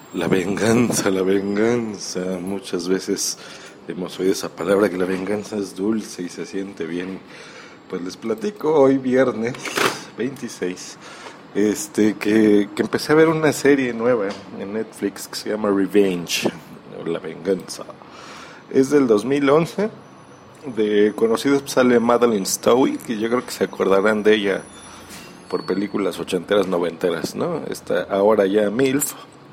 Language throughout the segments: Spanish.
La venganza, la venganza. Muchas veces hemos oído esa palabra, que la venganza es dulce y se siente bien. Pues les platico hoy viernes 26, que empecé a ver una serie nueva en Netflix que se llama Revenge, o La Venganza. Es del 2011, de conocidos sale Madeline Stowe, que yo creo que se acordarán de ella por películas ochenteras, noventeras, ¿no? Está ahora ya MILF,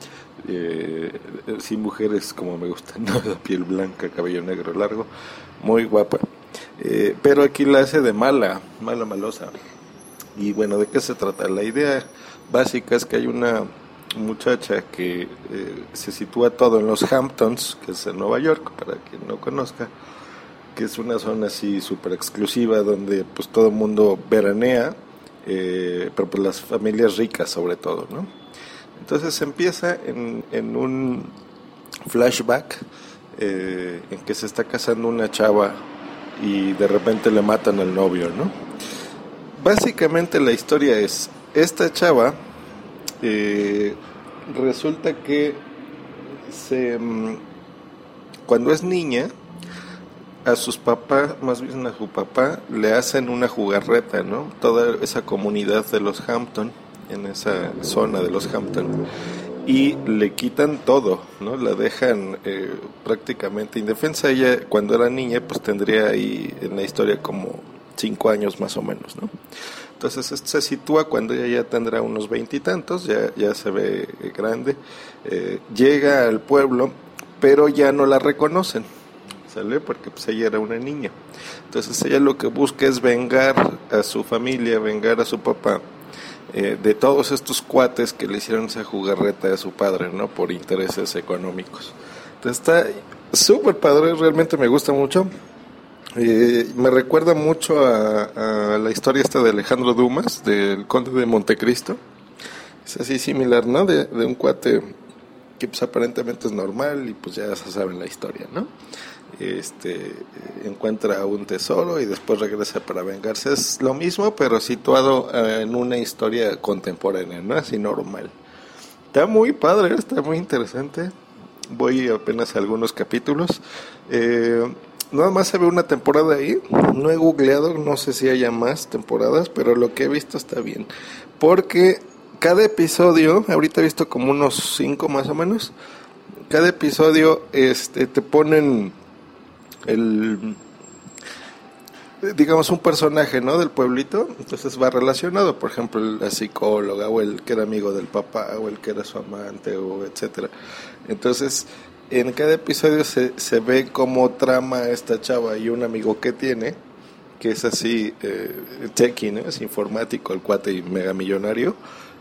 sí, mujeres como me gustan, ¿no? La piel blanca, cabello negro largo, muy guapa. Pero aquí la hace de malosa. Y bueno, ¿de qué se trata? La idea básica es que hay una muchacha que se sitúa todo en los Hamptons, que es en Nueva York, para quien no conozca, que es una zona así súper exclusiva donde pues todo el mundo veranea, pero pues las familias ricas sobre todo, ¿no? Entonces empieza en un flashback en que se está casando una chava y de repente le matan al novio, ¿no? Básicamente la historia es, esta chava resulta que cuando es niña, a sus papás, más bien a su papá, le hacen una jugarreta, ¿no? Toda esa comunidad de los Hampton, en esa zona de los Hampton, y le quitan todo, ¿no? La dejan prácticamente indefensa. Ella, cuando era niña, pues tendría ahí en la historia como 5 años más o menos, ¿no? Entonces esto se sitúa cuando ella ya tendrá unos 20 y tantos, ya se ve grande, llega al pueblo, pero ya no la reconocen, ¿sale? Porque pues ella era una niña. Entonces ella lo que busca es vengar a su familia, vengar a su papá, de todos estos cuates que le hicieron esa jugarreta a su padre, ¿no? Por intereses económicos. Entonces está súper padre, realmente me gusta mucho. Me recuerda mucho a la historia esta de Alejandro Dumas, del Conde de Montecristo. Es así similar, ¿no? De un cuate que pues aparentemente es normal y pues ya se sabe la historia, ¿no? Encuentra un tesoro y después regresa para vengarse. Es lo mismo, pero situado en una historia contemporánea, ¿no? Así normal. Está muy padre, está muy interesante. Voy apenas a algunos capítulos. Nada más se ve una temporada ahí. No he googleado, no sé si haya más temporadas, pero lo que he visto está bien. Porque cada episodio, ahorita he visto como unos 5 más o menos. Cada episodio te ponen digamos un personaje, ¿no? Del pueblito, entonces va relacionado, por ejemplo la psicóloga, o el que era amigo del papá, o el que era su amante, o etcétera. Entonces en cada episodio se ve cómo trama esta chava y un amigo que tiene, que es así techie, ¿no? Es informático, el cuate y mega millonario,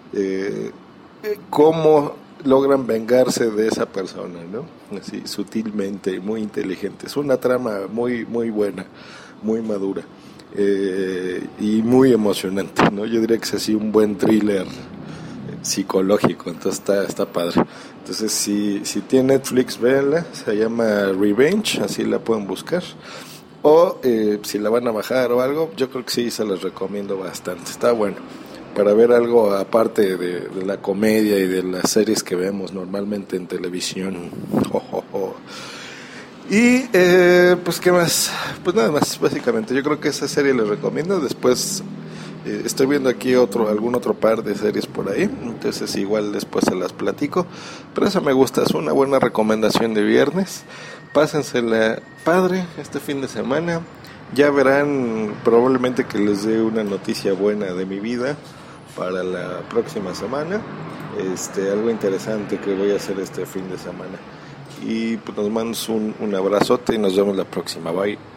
cómo logran vengarse de esa persona, ¿no? Así sutilmente, muy inteligente. Es una trama muy muy buena, muy madura, y muy emocionante, ¿no? Yo diría que es así un buen thriller psicológico, entonces está padre. Entonces si tiene Netflix, véanla, se llama Revenge, así la pueden buscar, o si la van a bajar o algo, yo creo que sí, se las recomiendo bastante, está bueno para ver algo aparte de la comedia y de las series que vemos normalmente en televisión. Y pues qué más, pues nada más, básicamente yo creo que esa serie les recomiendo. Después estoy viendo aquí algún otro par de series por ahí, entonces igual después se las platico, pero esa me gusta, es una buena recomendación de viernes. Pásensela padre este fin de semana, ya verán probablemente que les dé una noticia buena de mi vida para la próxima semana, algo interesante que voy a hacer este fin de semana. Y pues nos mandamos un abrazote y nos vemos la próxima. Bye.